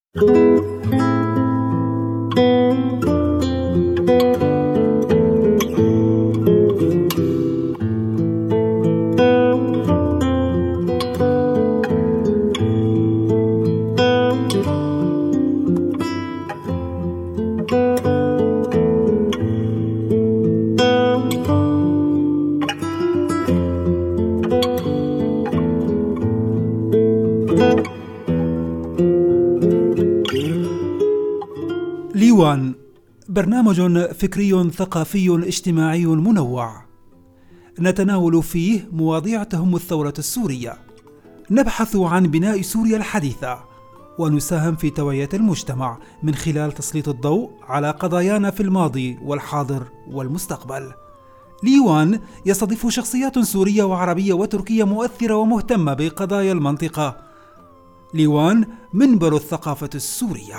ليوان برنامج فكري ثقافي اجتماعي منوع، نتناول فيه مواضيع تهم الثورة السورية، نبحث عن بناء سوريا الحديثة، ونساهم في توعية المجتمع من خلال تسليط الضوء على قضايانا في الماضي والحاضر والمستقبل. ليوان يستضيف شخصيات سورية وعربية وتركية مؤثرة ومهتمة بقضايا المنطقة. ليوان منبر الثقافة السورية.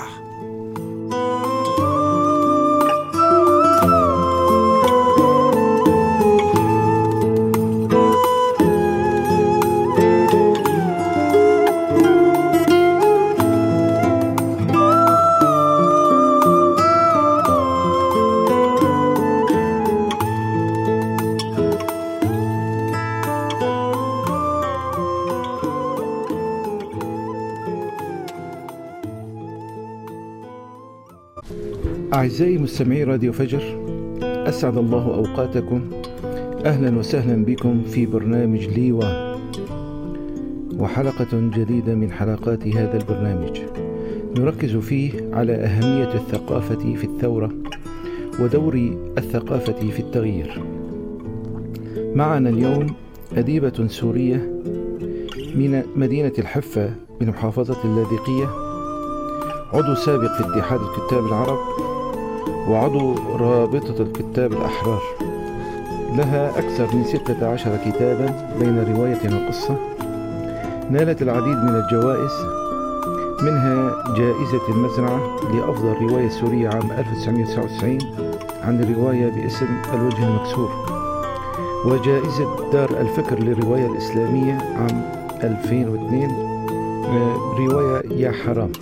أعزائي مستمعي راديو فجر، أسعد الله أوقاتكم. أهلا وسهلا بكم في برنامج ليوان، وحلقة جديدة من حلقات هذا البرنامج نركز فيه على أهمية الثقافة في الثورة ودور الثقافة في التغيير. معنا اليوم أديبة سورية من مدينة الحفة بمحافظة اللاذقية، عضو سابق في اتحاد الكتاب العرب وعضو رابطة الكتاب الأحرار. لها أكثر من 16 كتابا بين رواية وقصة. نالت العديد من الجوائز، منها جائزة المزرعة لأفضل رواية سورية عام 1999 عن الرواية باسم الوجه المكسور، وجائزة دار الفكر للرواية الإسلامية عام 2002 رواية يا حرام،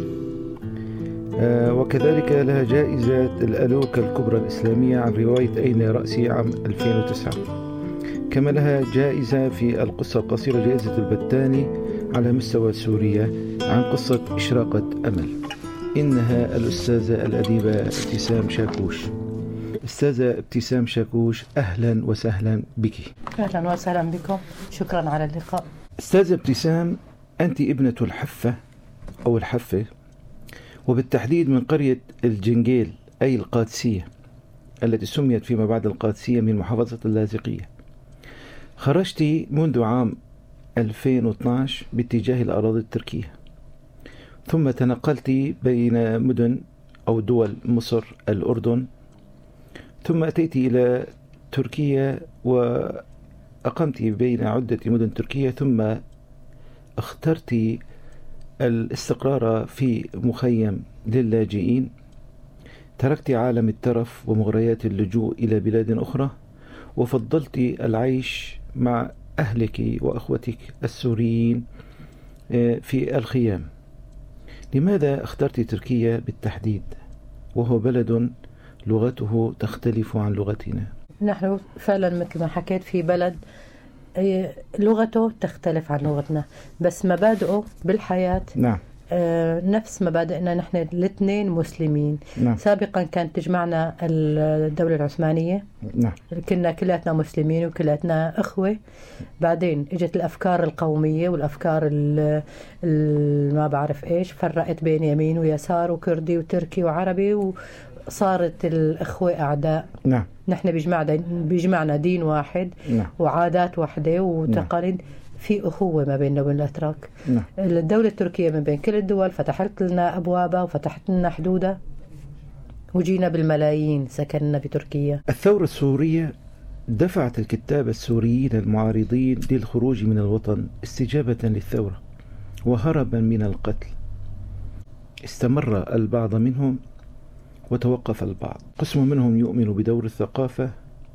وكذلك لها جائزة الألوك الكبرى الإسلامية عن رواية أين رأسي عام 2009. كما لها جائزة في القصة القصيرة جائزة البتاني على مستوى سوريا عن قصة إشراقة أمل. إنها الأستاذة الأديبة ابتسام شاكوش. أستاذة ابتسام شاكوش، أهلا وسهلا بك. أهلا وسهلا بكم، شكرا على اللقاء. أستاذة ابتسام، أنت ابنة الحفة أو الحفة، وبالتحديد من قرية الجنجيل أي القادسية التي سميت فيما بعد القادسية من محافظة اللاذقية. خرجت منذ عام 2012 باتجاه الأراضي التركية، ثم تنقلت بين مدن أو دول مصر، الأردن، ثم أتيت إلى تركيا وأقمت بين عدة مدن تركية، ثم اخترت الاستقرار في مخيم للاجئين. تركت عالم الترف ومغريات اللجوء إلى بلاد أخرى، وفضلت العيش مع أهلك وأخوتك السوريين في الخيام. لماذا اخترت تركيا بالتحديد وهو بلد لغته تختلف عن لغتنا؟ نحن فعلا مثل ما حكيت في بلد لغته تختلف عن لغتنا، بس مبادئه بالحياة نعم نفس مبادئنا. نحن الاثنين مسلمين. نعم. سابقا كانت تجمعنا الدولة العثمانية. نعم. كنا كلاتنا مسلمين وكلاتنا أخوة. بعدين اجت الأفكار القومية والأفكار ما بعرف إيش، فرقت بين يمين ويسار وكردي وتركي وعربي، وصارت الأخوة أعداء. نعم. نحن بيجمعنا دين واحد. نعم. وعادات واحدة وتقاليد. نعم. في أخوة ما بيننا وبين الأتراك. نعم. الدولة التركية من بين كل الدول فتحت لنا أبوابها وفتحت لنا حدودها، وجينا بالملايين سكننا بتركيا. الثورة السورية دفعت الكتاب السوريين المعارضين للخروج من الوطن استجابة للثورة وهربا من القتل. استمر البعض منهم وتوقف البعض. قسم منهم يؤمن بدور الثقافة،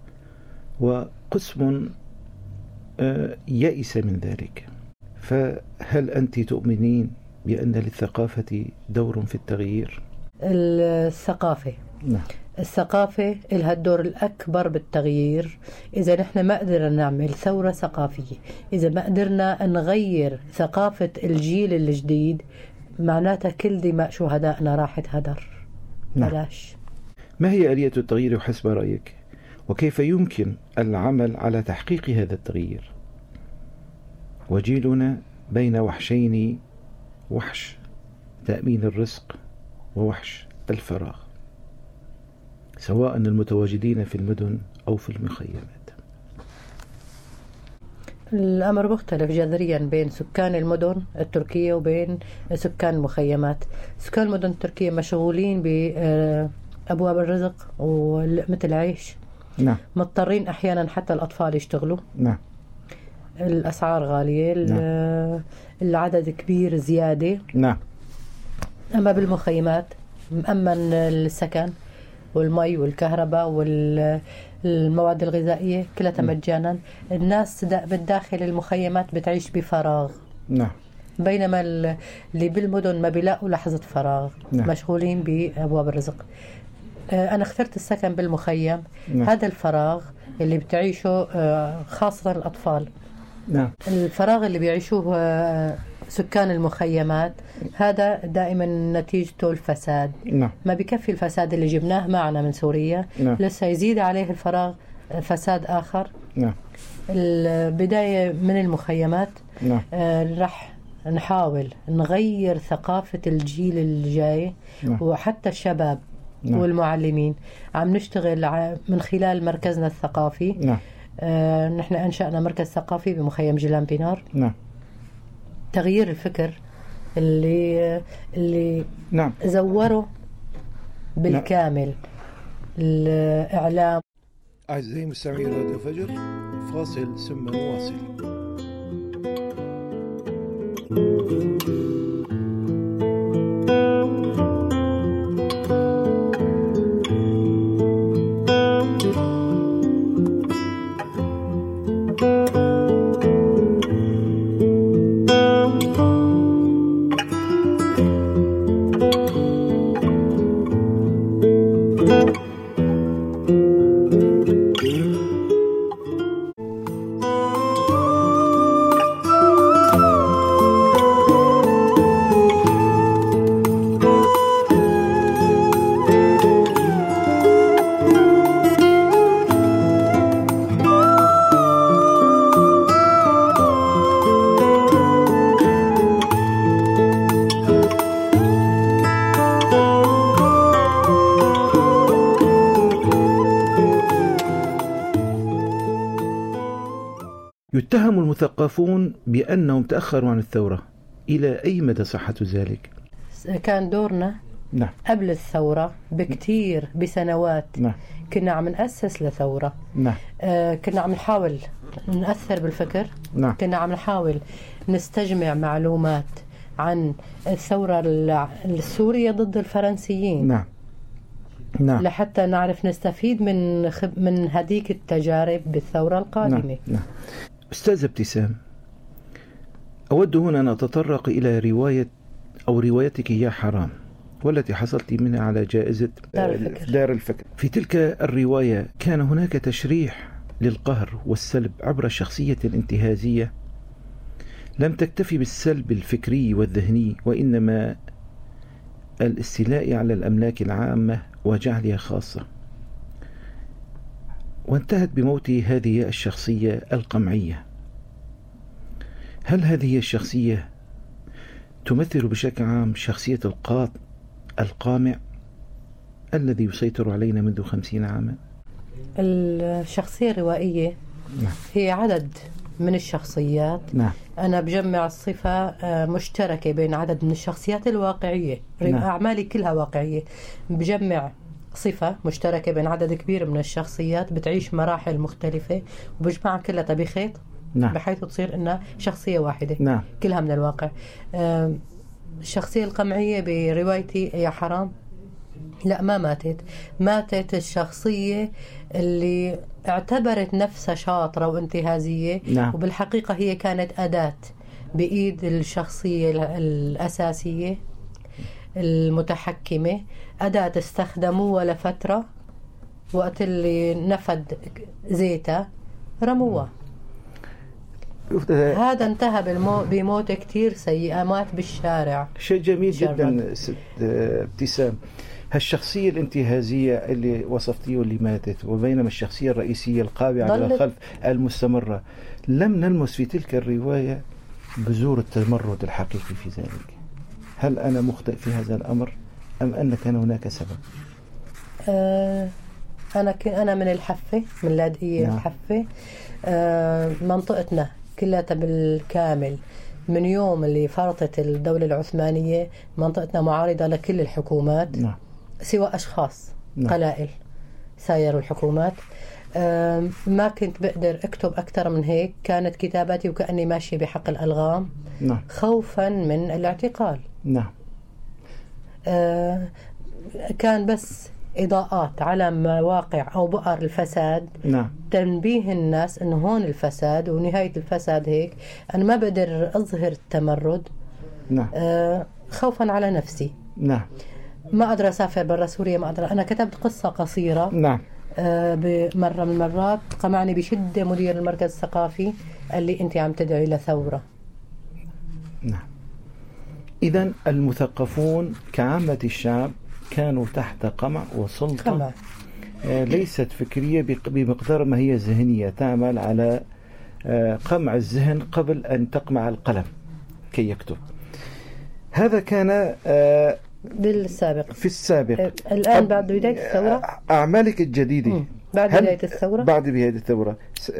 وقسم يئس من ذلك. فهل أنت تؤمنين بأن للثقافة دور في التغيير؟ الثقافة نعم. الثقافة لها الدور الأكبر بالتغيير. إذا نحن ما قدرنا نعمل ثورة ثقافية، إذا ما قدرنا نغير ثقافة الجيل الجديد، معناتها كل دماء شهدائنا راحت هدر. نعم. بلاش. ما هي آلية التغيير حسب رأيك؟ وكيف يمكن العمل على تحقيق هذا التغيير؟ وجيلنا بين وحشين، وحش تأمين الرزق ووحش الفراغ، سواء المتواجدين في المدن أو في المخيمات. الأمر مختلف جذريا بين سكان المدن التركية وبين سكان المخيمات. سكان المدن التركية مشغولين بأبواب الرزق ولقمة العيش. نعم. مضطرين أحيانا حتى الأطفال يشتغلوا. نعم. الأسعار غالية. نعم. العدد كبير زيادة. نعم. أما بالمخيمات مأمن السكن والمي والكهرباء والمواد الغذائية كلها مجانا. الناس بالداخل المخيمات بتعيش بفراغ. نعم. بينما اللي بالمدن ما بيلاقوا لحظة فراغ. نعم. مشغولين بأبواب الرزق. أنا اخترت السكن بالمخيم. نعم. هذا الفراغ اللي بتعيشه خاصة الأطفال. نعم. الفراغ اللي بيعيشوه سكان المخيمات هذا دائما نتيجته الفساد. نعم. ما بيكفي الفساد اللي جبناه معنا من سوريا. نعم. لسه يزيد عليه الفراغ فساد آخر. نعم. البداية من المخيمات. نعم. رح نحاول نغير ثقافة الجيل الجاي. نعم. وحتى الشباب. نعم. والمعلمين عم نشتغل من خلال مركزنا الثقافي. نعم. نحن أنشأنا مركز ثقافي بمخيم جيلان بينار. نعم. تغيير الفكر اللي نعم. زوروا بالكامل. نعم. الإعلام. أعزائي مستمعي راديو فجر، فاصل ثم نواصل. يتهم المثقفون بأنهم تأخروا عن الثورة. إلى أي مدى صحة ذلك؟ كان دورنا نعم. قبل الثورة بكتير بسنوات. نعم. كنا عم نأسس لثورة. نعم. كنا عم نحاول نأثر بالفكر. نعم. كنا عم نحاول نستجمع معلومات عن الثورة السورية ضد الفرنسيين. نعم. نعم. لحتى نعرف نستفيد من هذيك التجارب بالثورة القادمة. نعم. نعم. أستاذ ابتسام، أود هنا أن أتطرق إلى روايتك يا حرام، والتي حصلت منها على جائزة دار الفكر. في تلك الرواية كان هناك تشريح للقهر والسلب عبر شخصية انتهازية لم تكتفي بالسلب الفكري والذهني، وإنما الاستيلاء على الأملاك العامة وجعلها خاصة، وانتهت بموت هذه الشخصية القمعية. هل هذه الشخصية تمثل بشكل عام شخصية القامع الذي يسيطر علينا منذ 50 عاما؟ الشخصية الروائية هي عدد من الشخصيات. نعم. أنا بجمع صفة مشتركة بين عدد من الشخصيات الواقعية. نعم. أعمالي كلها واقعية. بجمع صفة مشتركة بين عدد كبير من الشخصيات بتعيش مراحل مختلفة وبجمعها كلها بخيط. نعم. بحيث تصير إنها شخصية واحدة. نعم. كلها من الواقع. الشخصية القمعية بروايتي يا حرام لا ما ماتت الشخصية اللي اعتبرت نفسها شاطرة وانتهازية. نعم. وبالحقيقة هي كانت أداة بإيد الشخصية الأساسية المتحكمة، أداة استخدموها لفترة، وقت اللي نفد زيتها رموها. هذا انتهى بموت كتير سيئة، مات بالشارع. شيء جميل جدا ست ابتسام. هالشخصية الانتهازية اللي وصفتيه اللي ماتت، وبينما الشخصية الرئيسية القابعة على الخلف المستمرة، لم نلمس في تلك الرواية بذور التمرد الحقيقي في ذلك. هل أنا مخطئ في هذا الأمر أم أن كان هناك سبب؟ أنا من الحفة، من لاذقية. نعم. الحفة منطقتنا كلها بالكامل من يوم اللي فرضت الدولة العثمانية، منطقتنا معارضة لكل الحكومات. نعم. سوى أشخاص. نعم. قلائل سايروا الحكومات. ما كنت بقدر أكتب أكثر من هيك، كانت كتاباتي وكأني ماشي بحق الألغام. نعم. خوفا من الاعتقال. نعم. كان بس إضاءات على مواقع أو بؤر الفساد. نعم. تنبيه الناس إنه هون الفساد ونهاية الفساد هيك. أنا ما بقدر أظهر التمرد. نعم. خوفا على نفسي. نعم. ما أقدر أسافر برا سوريا، ما أقدر. أنا كتبت قصة قصيرة. نعم. بمرة من المرات قمعني بشدة مدير المركز الثقافي، قال لي أنت عم تدعي لثورة. نعم. إذن المثقفون كعامة الشعب كانوا تحت قمع وسلطة قمع. ليست فكرية بمقدار ما هي ذهنية، تعمل على قمع الذهن قبل أن تقمع القلم كي يكتب. هذا كان بالسابق، في السابق. الآن بعد بداية الثورة أعمالك الجديدة بعد بداية الثورة. بعد بداية الثورة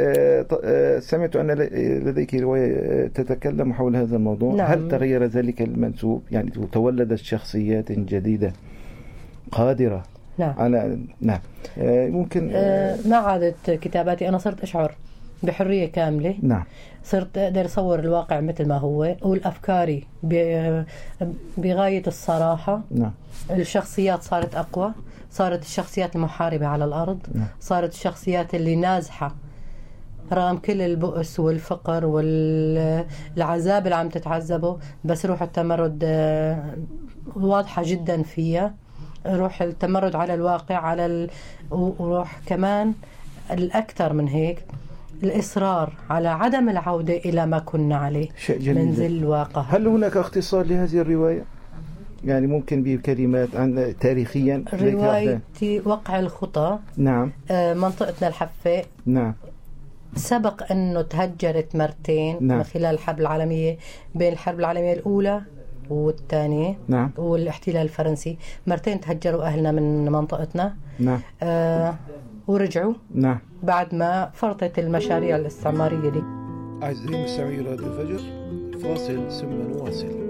سمعت أن لديك رواية تتكلم حول هذا الموضوع. نعم. هل تغير ذلك المنسوب؟ يعني تولدت شخصيات جديدة قادرة. نعم. على نعم. ممكن ما عادت كتاباتي، أنا صرت أشعر بحرية كاملة. نعم. صرت أقدر أصور الواقع مثل ما هو، أقول أفكاري بغاية الصراحة. نعم. الشخصيات صارت أقوى، صارت الشخصيات المحاربة على الأرض. نعم. صارت الشخصيات اللي نازحة رغم كل البؤس والفقر والعذاب اللي عم تتعذبه، بس روح التمرد واضحة جدا فيها، روح التمرد على الواقع، وروح كمان الأكثر من هيك الإصرار على عدم العودة إلى ما كنا عليه من ذل الواقع. هل هناك اختصار لهذه الرواية؟ يعني ممكن بكلمات عن تاريخيا روايتي وقع الخطى. نعم. منطقتنا الحفة. نعم. سبق أنه تهجرت مرتين. نعم. من خلال الحرب العالمية، بين الحرب العالمية الأولى والثانية. نعم. والاحتلال الفرنسي، مرتين تهجروا أهلنا من منطقتنا. نعم. ورجعوا. نعم. بعد ما فرطت المشاريع الاستعمارية دي. أعزائي مستمعي راديو الفجر، فاصل ثم نواصل.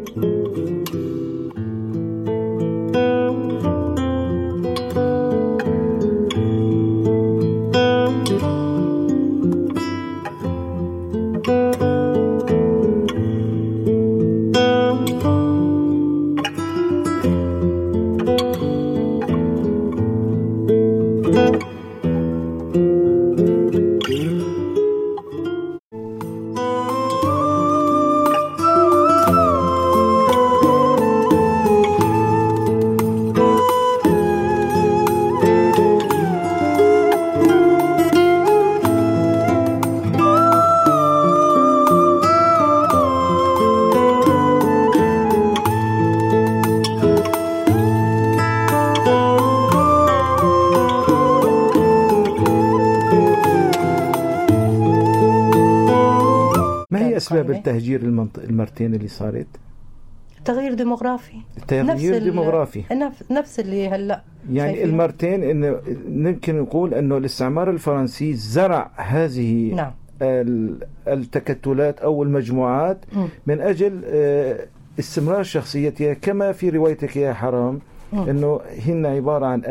أسباب التهجير المرتين اللي صارت؟ تغيير ديموغرافي. تغيير ديموغرافي نفس اللي هلا يعني شايفين. المرتين إنه ممكن نقول إنه الاستعمار الفرنسي زرع هذه. نعم. التكتلات أو المجموعات من أجل استمرار شخصيتها، كما في روايتك يا حرام إنه هن عبارة عن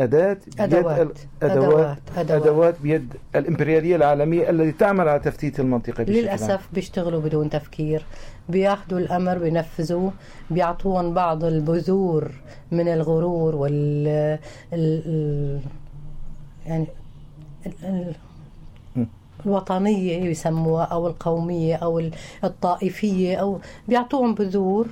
أدوات بيد الإمبريالية العالمية التي تعمل على تفتيت المنطقة. للأسف بيشتغلوا بدون تفكير، بياخدوا الأمر بينفذوه، بيعطون بعض البذور من الغرور الوطنية يسموها أو القومية أو الطائفية، أو بيعطوهم بذور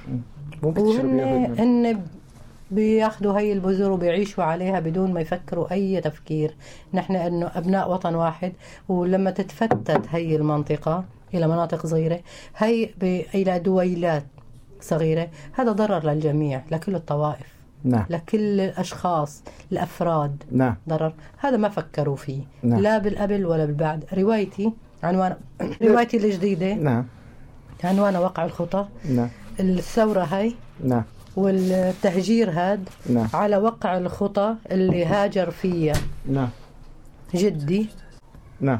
وهن بياخدوا هاي البذور وبيعيشوا عليها بدون ما يفكروا أي تفكير. نحن أنه أبناء وطن واحد، ولما تتفتت هاي المنطقة إلى مناطق صغيرة، هاي إلى دويلات صغيرة، هذا ضرر للجميع، لكل الطوائف، نعم. لكل الأشخاص الأفراد، نعم. ضرر. هذا ما فكروا فيه، نعم. لا بالقبل ولا بالبعد. روايتي عنوان روايتي الجديدة، نعم، عنوان وقع الخطى. نعم. الثورة هاي، نعم، والتهجير هاد، نعم، على وقع الخطى اللي هاجر فيها نعم، جدي. نعم.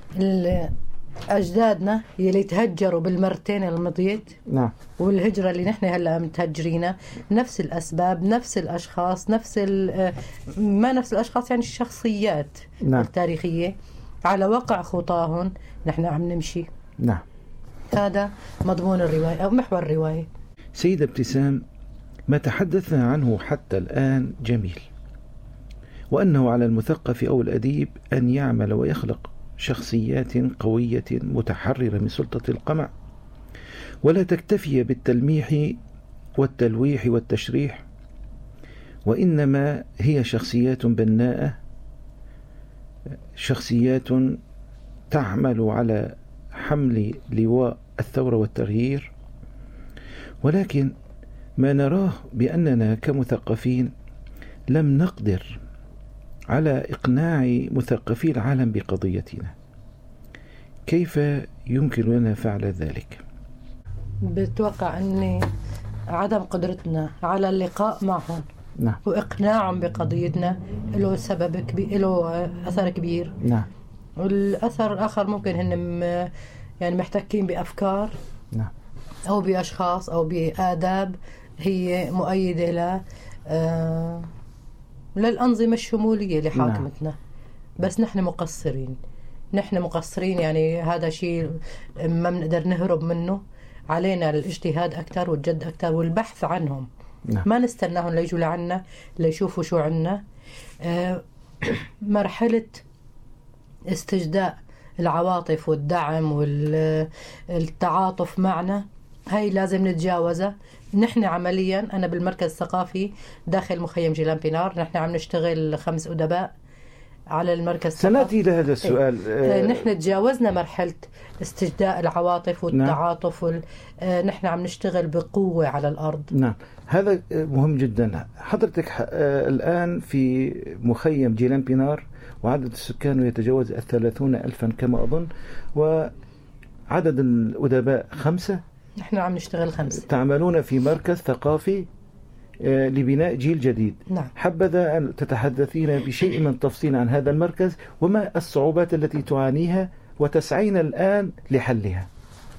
أجدادنا يلي تهجروا بالمرتين المضيت، نعم. والهجرة اللي نحن هلا متهجرينها، نفس الأسباب، نفس الأشخاص، ما نفس الأشخاص يعني الشخصيات، نعم، التاريخية، على وقع خطاهن نحن عم نمشي. نعم. هذا مضمون الرواية أو محور الرواية. سيدة ابتسام، ما تحدثنا عنه حتى الآن جميل، وأنه على المثقف أو الأديب أن يعمل ويخلق شخصيات قوية متحررة من سلطة القمع، ولا تكتفي بالتلميح والتلويح والتشريح، وإنما هي شخصيات بناءة، شخصيات تعمل على حمل لواء الثورة والتغيير. ولكن ما نراه بأننا كمثقفين لم نقدر على إقناع مثقفي العالم بقضيتنا. كيف يمكن لنا فعل ذلك؟ بتوقع أن عدم قدرتنا على اللقاء معهم، نعم، وإقناعهم بقضيتنا له سبب كبير، له أثر كبير. نعم. والأثر الآخر ممكن هن يعني محتكين بأفكار، نعم، أو بأشخاص أو بآداب هي مؤيدة للأنظمة الشمولية اللي حاكمتنا. نعم. بس نحن مقصرين، يعني هذا شيء ما بنقدر نهرب منه. علينا الاجتهاد أكثر والجد أكثر والبحث عنهم. نعم. ما نستناهم ليجوا لعنا ليشوفوا شو عنا. مرحلة استجداء العواطف والدعم والتعاطف معنا هاي لازم نتجاوزها. نحن عمليا، أنا بالمركز الثقافي داخل مخيم جيلان بينار، نحن عم نشتغل 5 أدباء على المركز الثقافي. سنأتي لهذا السؤال. نحن تجاوزنا مرحلة استجداء العواطف والتعاطف. نحن عم نشتغل بقوة على الأرض. نعم، هذا مهم جدا. حضرتك الآن في مخيم جيلان بينار، وعدد السكان يتجاوز 30,000 كما أظن، وعدد الأدباء 5. نحن عم نشتغل 5. تعملون في مركز ثقافي لبناء جيل جديد. نعم. حبذا أن تتحدثين بشيء من تفصيل عن هذا المركز، وما الصعوبات التي تعانيها وتسعين الآن لحلها.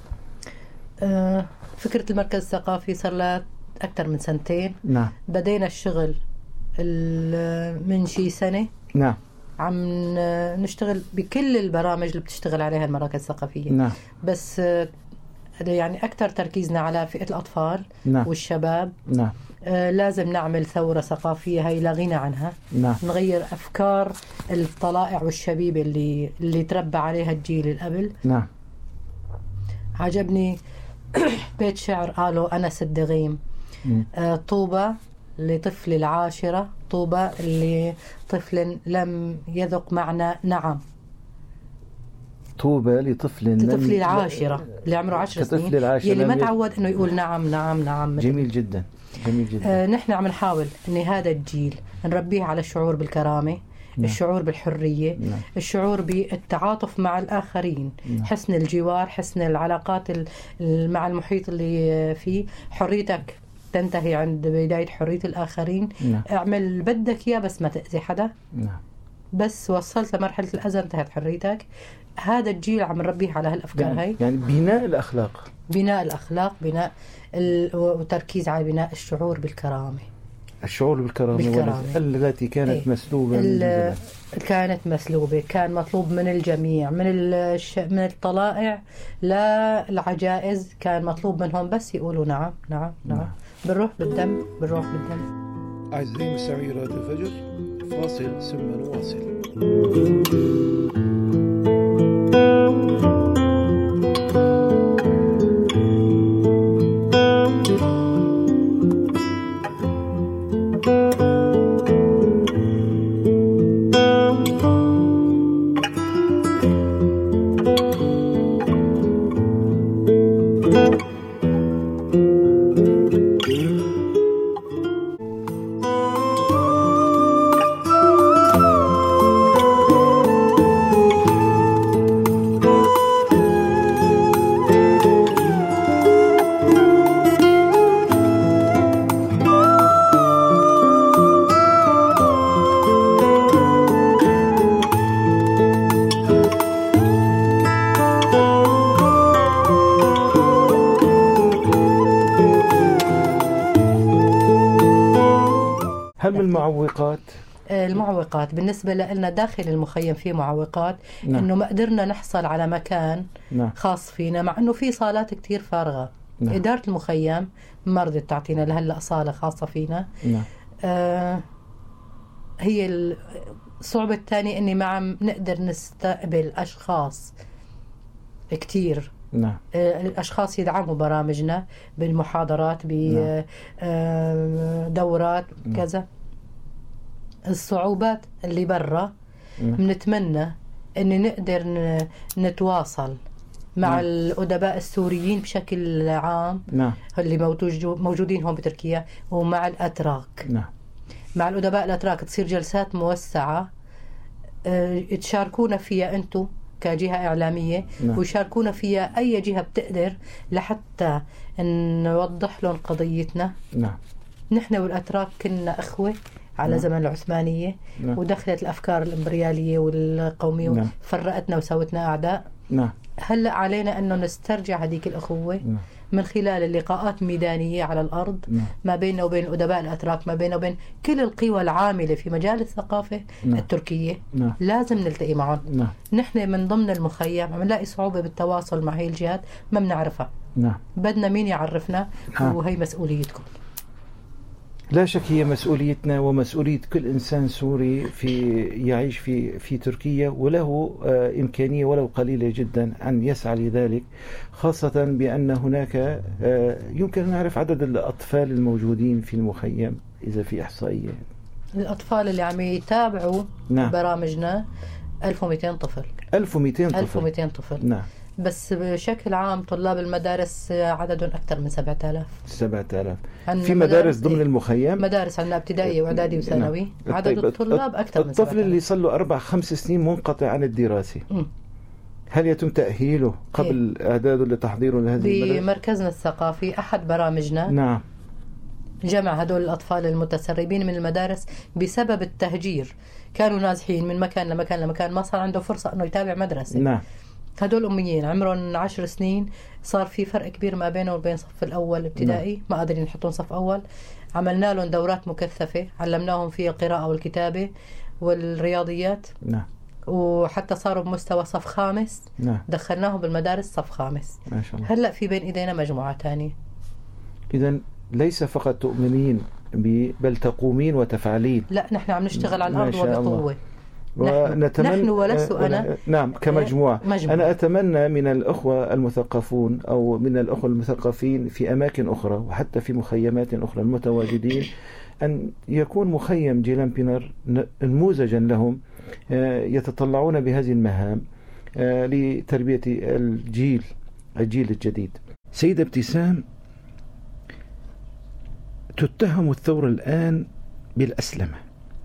فكرة المركز الثقافي صار لها أكثر من 2 سنين. نعم. بدينا الشغل من شي سنة. نعم. عم نشتغل بكل البرامج اللي بتشتغل عليها المراكز الثقافية. نعم. بس يعني أكثر تركيزنا على فئة الأطفال. نعم. والشباب. نعم. لازم نعمل ثورة ثقافية هاي لا غنى عنها. نعم. نغير أفكار الطلائع والشبيبة اللي تربى عليها الجيل القبل. نعم. عجبني بيت شعر قالوا أنس الدغيم، طوبى لطفل العاشرة، طوبى لطفل لم يذق معنى نعم. طوبى لطفل العاشرة اللي عمره 10 سنين، يلي ما تعود انه يقول نعم نعم نعم. جميل جدا، جميل جدا. نحن عم نحاول ان هذا الجيل نربيه على الشعور بالكرامة. نعم. الشعور بالحرية. نعم. الشعور بالتعاطف مع الآخرين. نعم. حسن الجوار، حسن العلاقات مع المحيط اللي فيه. حريتك تنتهي عند بداية حرية الآخرين. نعم. اعمل بدك يا بس ما تأذي حدا. نعم. بس وصلت لمرحلة الأذى انتهت حريتك. هذا الجيل عم نربيه على هالأفكار. يعني هاي يعني بناء الأخلاق، بناء وتركيز على بناء الشعور بالكرامة. الشعور بالكرامة. التي كانت مسلوبة كانت مسلوبة. كان مطلوب من الجميع، من الطلائع لا العجائز، كان مطلوب منهم بس يقولوا نعم نعم نعم. بالروح بالدم. أعزائي مستمعي راديو الفجر، فاصل ثم نواصل. والمعوقات؟ المعوقات بالنسبة لنا داخل المخيم في معوقات. نعم. إنه ما قدرنا نحصل على مكان نعم. خاص فينا، مع إنه في صالات كتير فارغة. نعم. إدارة المخيم ما رضت تعطينا لهلأ صالة خاصة فينا. نعم. هي الصعوبة الثانية إني ما عم نقدر نستقبل أشخاص كتير. نعم. الأشخاص يدعموا برامجنا بالمحاضرات، بدورات كذا. الصعوبات اللي برا بنتمنى إن نقدر نتواصل مع الأدباء السوريين بشكل عام. نعم. اللي موجودين هون بتركيا، ومع الأتراك. نعم. مع الأدباء الأتراك تصير جلسات موسعة تشاركونا فيها أنتم كجهة إعلامية. نعم. ويشاركونا فيها أي جهة بتقدر لحتى نوضح لهم قضيتنا. نعم. نحن والأتراك كنا أخوة على زمن العثمانية. نعم. ودخلت الأفكار الإمبريالية والقومية. نعم. فرقتنا وسوتنا أعداء. نعم. هلأ علينا أنه نسترجع هذيك الأخوة. نعم. من خلال اللقاءات ميدانية على الأرض. نعم. ما بيننا وبين الأدباء الأتراك، ما بيننا وبين كل القوى العاملة في مجال الثقافة. نعم. التركية. نعم. لازم نلتقي معهم. نعم. نحن من ضمن المخيم عم نلاقي صعوبة بالتواصل مع هي الجهات، ما بنعرفها. نعم. بدنا مين يعرفنا. وهي مسؤوليتكم. لا شك هي مسؤوليتنا ومسؤولية كل إنسان سوري يعيش في تركيا، وله إمكانية ولو قليلة جدا أن يسعى لذلك، خاصة بأن هناك يمكن أن نعرف عدد الأطفال الموجودين في المخيم إذا في إحصائية. الأطفال اللي عم يتابعوا نعم. برامجنا 1200 طفل. 1200 طفل. 1200 طفل. نعم. بس بشكل عام طلاب المدارس عددهم أكثر من 7000. 7000 في مدارس ضمن المخيم. مدارس عندنا ابتدائي وإعدادي وثانوي. نعم. عدد الطلاب أكثر من 7000. الطفل اللي صار له 4-5 سنين منقطع عن الدراسة، هل يتم تأهيله قبل إعداده لتحضيره لهذه المدارس؟ بمركزنا الثقافي أحد برامجنا. نعم. جمع هدول الأطفال المتسربين من المدارس بسبب التهجير. كانوا نازحين من مكان لمكان لمكان، ما صار عنده فرصة أنه يتابع مدرسة. نعم. هدول أميين عمرهم 10 سنين، صار في فرق كبير ما بينه وبين صف الأول ابتدائي. نعم. ما قادرين يحطون صف أول. عملنا لهم دورات مكثفة، علمناهم فيها القراءة والكتابة والرياضيات. نعم. وحتى صاروا بمستوى صف خامس. نعم. دخلناهم بالمدارس صف خامس. ما شاء الله. هلأ في بين إيدينا مجموعة تانية. إذن ليس فقط تؤمنين بل تقومين وتفعلين. لا، نحن عم نشتغل على الأرض وبقوة. ونتمنى نحن ولست أنا. نعم، كمجموعة. أنا أتمنى من الأخوة المثقفون أو من الأخوة المثقفين في أماكن أخرى وحتى في مخيمات أخرى المتواجدين أن يكون مخيم جيلان بينر نموذجا لهم، يتطلعون بهذه المهام لتربية الجيل الجديد. سيدة ابتسام، تتهم الثورة الآن بالأسلمة،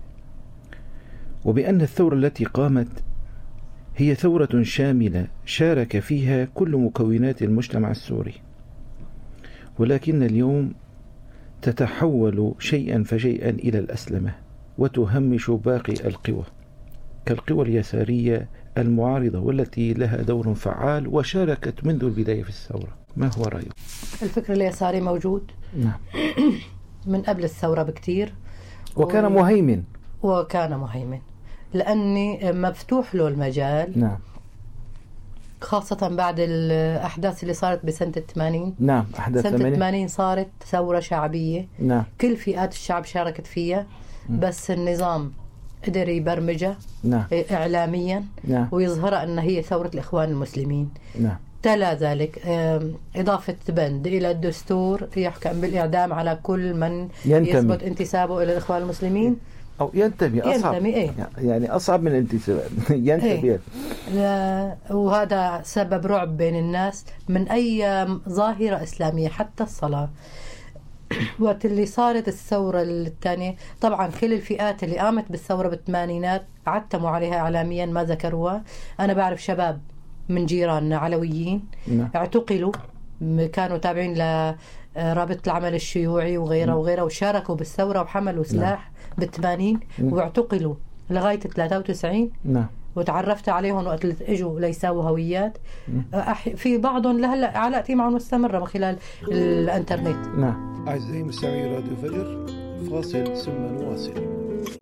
وبأن الثورة التي قامت هي ثورة شاملة شارك فيها كل مكونات المجتمع السوري، ولكن اليوم تتحول شيئا فشيئا إلى الأسلمة وتهمش باقي القوى كالقوى اليسارية المعارضة والتي لها دور فعال وشاركت منذ البداية في الثورة. ما هو رأيك؟ الفكر اليساري موجود. نعم. من قبل الثورة بكتير، وكان مهيمن لأني مفتوح له المجال. نعم. خاصة بعد الأحداث اللي صارت بسنة 80. نعم. أحداث سنة 80 صارت ثورة شعبية. نعم. كل فئات الشعب شاركت فيها. بس النظام قدر يبرمجها. نعم. إعلاميا. نعم. ويظهرها أن هي ثورة الإخوان المسلمين. نعم. تلا ذلك إضافة بند إلى الدستور يحكم بالإعدام على كل من يثبت انتسابه إلى الإخوان المسلمين أو ينتمي. أصعب. يعني أصعب من الانتساب. ينتمي. وهذا سبب رعب بين الناس من أي ظاهرة إسلامية حتى الصلاة. وقت اللي صارت الثورة الثانية، طبعا كل الفئات اللي قامت بالثورة بالثمانينات عتموا عليها إعلاميا، ما ذكروها. أنا بعرف شباب من جيراننا علويين اعتقلوا، كانوا تابعين لرابطة العمل الشيوعي وغيره وشاركوا بالثورة وحملوا سلاح بالثمانين واعتقلوا لغاية 93. نعم. وتعرفت عليهم وقت اللي اجوا ليساووا هويات. في بعضهم لهلا علاقتي معهم مستمرة من خلال الانترنت. نعم. أعزائي مستمعي راديو فجر، فاصل ثم نواصل.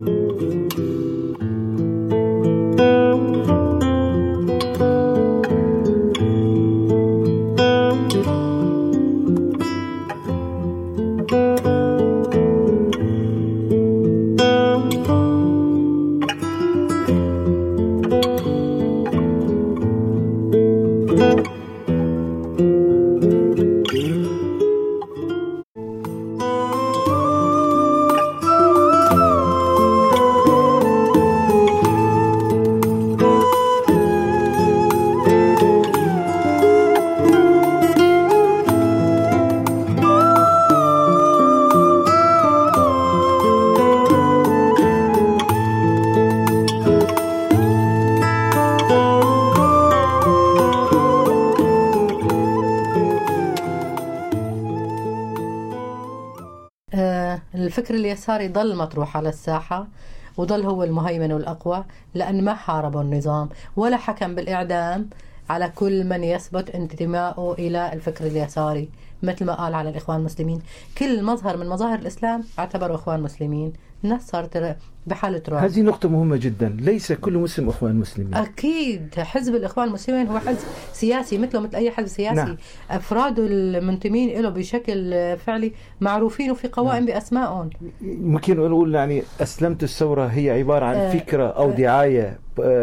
الفكر اليساري ضل مطروح على الساحة وضل هو المهيمن والأقوى، لأن ما حاربوا النظام ولا حكم بالإعدام على كل من يثبت انتمائه إلى الفكر اليساري، مثل ما قال على الإخوان المسلمين. كل مظهر من مظاهر الإسلام اعتبروا إخوان مسلمين. الناس صارت بحالة رعب. هذه نقطة مهمة جدا، ليس كل مسلم إخوان مسلمين. أكيد حزب الإخوان المسلمين هو حزب سياسي مثله مثل أي حزب سياسي. نعم. أفراده المنتمين له بشكل فعلي معروفين وفي قوائم بأسمائهم. ممكن نقول يعني أسلمت الثورة هي عبارة عن فكرة أو دعاية،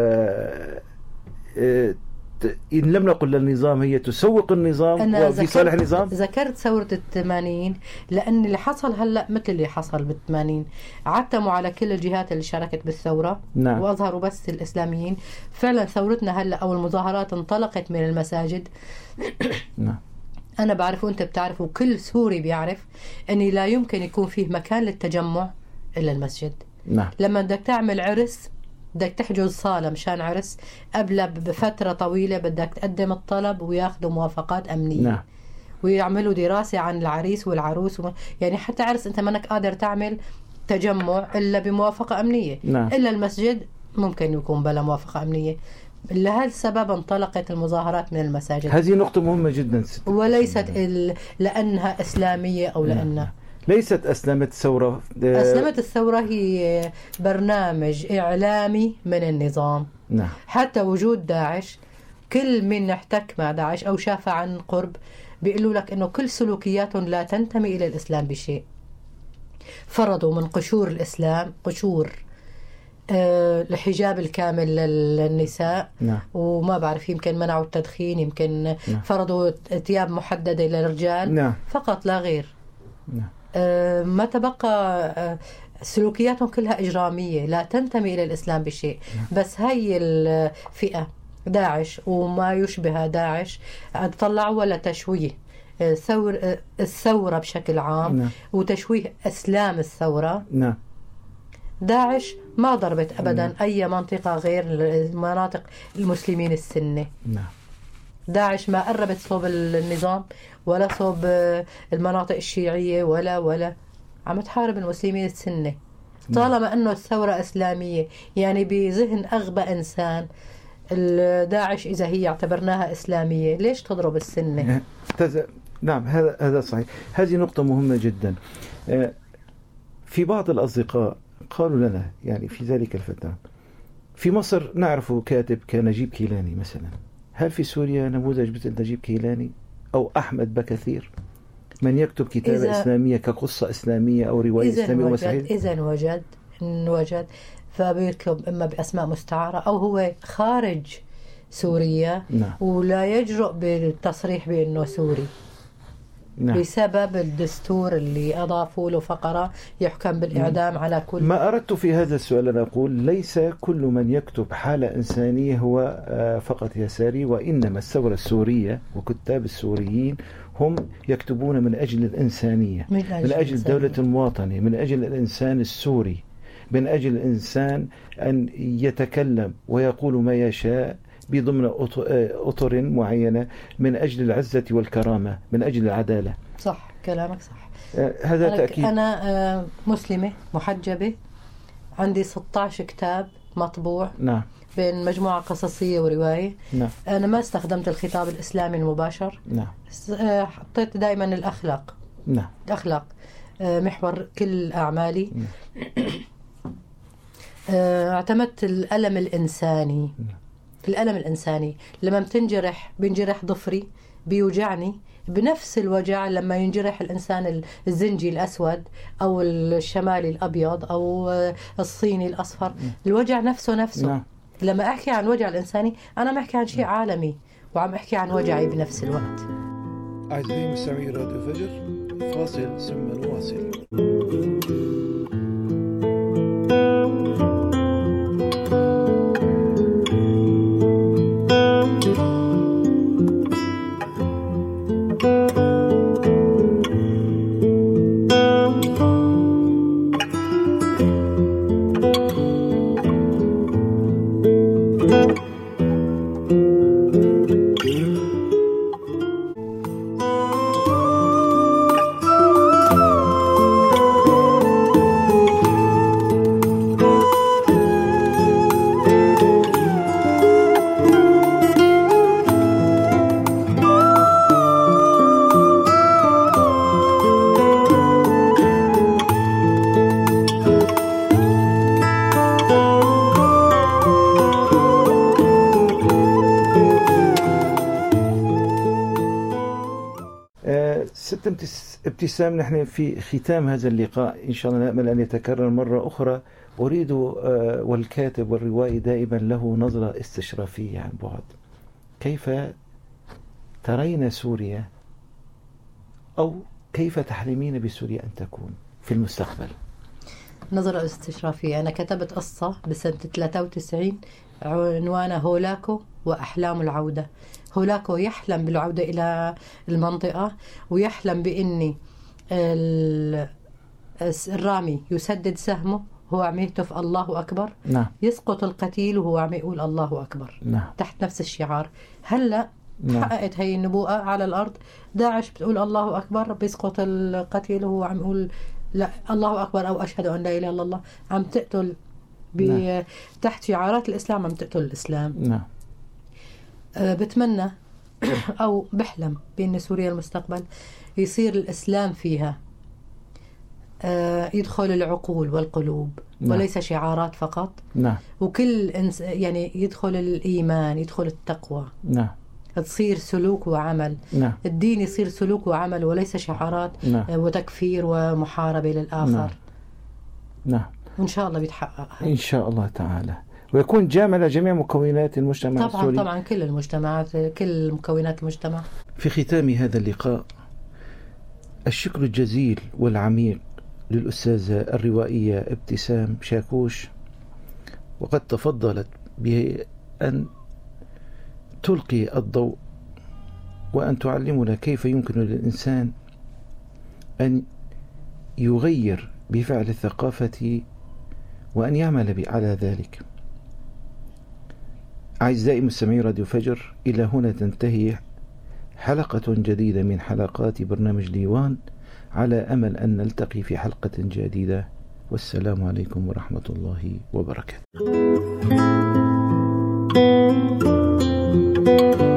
إن لم نقل للنظام هي تسوق النظام وفي صالح النظام. ذكرت ثورة 80 لأن اللي حصل هلأ مثل اللي حصل بال80، عتموا على كل الجهات اللي شاركت بالثورة. نعم. وأظهروا بس الإسلاميين. فعلا ثورتنا هلأ أو المظاهرات انطلقت من المساجد. نعم. أنا بعرف وأنت بتعرف وكل سوري بيعرف أني لا يمكن يكون فيه مكان للتجمع إلا المسجد. نعم. لما بدك تعمل عرس بدك تحجز صالة مشان عرس، قبل بفترة طويلة بدك تقدم الطلب وياخدوا موافقات أمنية. نعم. ويعملوا دراسة عن العريس والعروس يعني حتى عرس أنت منك قادر تعمل تجمع إلا بموافقة أمنية. نعم. إلا المسجد ممكن يكون بلا موافقة أمنية. لهذا السبب انطلقت المظاهرات من المساجد. هذه نقطة مهمة جدا وليست لأنها إسلامية أو لأنها ليست أسلمت الثورة. أسلمت الثورة هي برنامج إعلامي من النظام. نعم. حتى وجود داعش، كل من احتك مع داعش أو شاف عن قرب بيقولوا لك إنه كل سلوكياتهم لا تنتمي إلى الإسلام بشيء. فرضوا من قشور الإسلام قشور الحجاب الكامل للنساء. نعم. وما بعرف يمكن منعوا التدخين، يمكن نعم. فرضوا ثياب محددة للرجال. نعم. فقط لا غير. نعم. ما تبقى سلوكياتهم كلها إجرامية لا تنتمي إلى الإسلام بشيء. بس هاي الفئة داعش وما يشبه داعش طلعوا ولا تشويه الثورة بشكل عام. نعم. وتشويه أسلام الثورة. نعم. داعش ما ضربت أبدا أي منطقة غير مناطق المسلمين السنة. نعم. داعش ما قربت صوب النظام ولا صوب المناطق الشيعية ولا عم تحارب المسلمين السنة. طالما أنه الثورة إسلامية يعني بذهن أغبى إنسان داعش إذا هي اعتبرناها إسلامية ليش تضرب السنة؟ نعم هذا صحيح. هذه نقطة مهمة جدا. في بعض الأصدقاء قالوا لنا يعني في ذلك الفترة في مصر نعرف كاتب كنجيب كيلاني مثلا، هل في سوريا نموذج مثل نجيب كيلاني أو أحمد بكثير من يكتب كتابة إسلامية كقصة إسلامية أو رواية إسلامية ومسيحية؟ إذن وجد فبيكتب إما بأسماء مستعارة أو هو خارج سوريا. نعم. ولا يجرؤ بالتصريح بأنه سوري. نعم. بسبب الدستور اللي أضافوا له فقرة يحكم بالإعدام على كل. ما أردت في هذا السؤال أن أقول ليس كل من يكتب حالة إنسانية هو فقط يساري، وإنما الثورة السورية وكتاب السوريين هم يكتبون من أجل الإنسانية، من أجل الدولة المواطنة، من أجل الإنسان السوري، من أجل الإنسان أن يتكلم ويقول ما يشاء بضمن أطر معينة من أجل العزة والكرامة، من أجل العدالة. صح كلامك صح. هذا تأكيد. أنا مسلمة محجبة عندي 16 كتاب مطبوع. نعم. بين مجموعة قصصية ورواية. نعم. أنا ما استخدمت الخطاب الإسلامي المباشر. نعم. حطيت دائما الأخلاق. نعم. الأخلاق محور كل أعمالي. اعتمدت الألم الإنساني. الألم الإنساني لما بينجرح ضفري بيوجعني بنفس الوجع لما ينجرح الإنسان الزنجي الأسود أو الشمالي الأبيض أو الصيني الأصفر. الوجع نفسه. لما أحكي عن وجع الإنساني أنا ما أحكي عن شيء عالمي، وعم أحكي عن وجعي بنفس الوقت. أعزائي مستمعي راديو فجر، فاصل ثم نواصل. ابتسام، نحن في ختام هذا اللقاء إن شاء الله نأمل أن يتكرر مرة أخرى. أريد والكاتب والروائي دائما له نظرة استشرافية عن بعد. كيف ترين سوريا، أو كيف تحلمين بسوريا أن تكون في المستقبل؟ نظرة استشرافية. أنا كتبت قصة بسنة 93 عنوانها هولاكو وأحلام العودة. هولاكو يحلم بالعودة إلى المنطقة، ويحلم بإني الرامي يسدد سهمه هو عم يهتف الله أكبر. نعم. يسقط القتيل وهو عم يقول الله أكبر. نعم. تحت نفس الشعار. هلأ حققت هي النبوءة على الأرض. داعش بتقول الله أكبر، بيسقط القتيل وهو عم يقول لا الله أكبر أو أشهد أن لا إله إلا الله. عم تقتل تحت شعارات الإسلام، عم تقتل الإسلام. نعم. بتمنى أو بحلم بأن سوريا المستقبل يصير الإسلام فيها يدخل العقول والقلوب. نعم. وليس شعارات فقط. نعم. وكل يعني يدخل الإيمان، يدخل التقوى. نعم. تصير سلوك وعمل. نعم. الدين يصير سلوك وعمل وليس شعارات. نعم. وتكفير ومحاربة للآخر. نعم. نعم. وإن شاء الله بيتحقق إن شاء الله تعالى، ويكون جامع لجميع مكونات المجتمع السوري. طبعا كل المجتمعات، كل مكونات المجتمع. في ختام هذا اللقاء الشكر الجزيل والعميق للأستاذة الروائية ابتسام شاكوش، وقد تفضلت بأن تلقي الضوء وأن تعلمنا كيف يمكن للإنسان أن يغير بفعل الثقافة وأن يعمل على ذلك. أعزائي مستمعي راديو فجر، إلى هنا تنتهي حلقة جديدة من حلقات برنامج ديوان، على أمل أن نلتقي في حلقة جديدة، والسلام عليكم ورحمة الله وبركاته.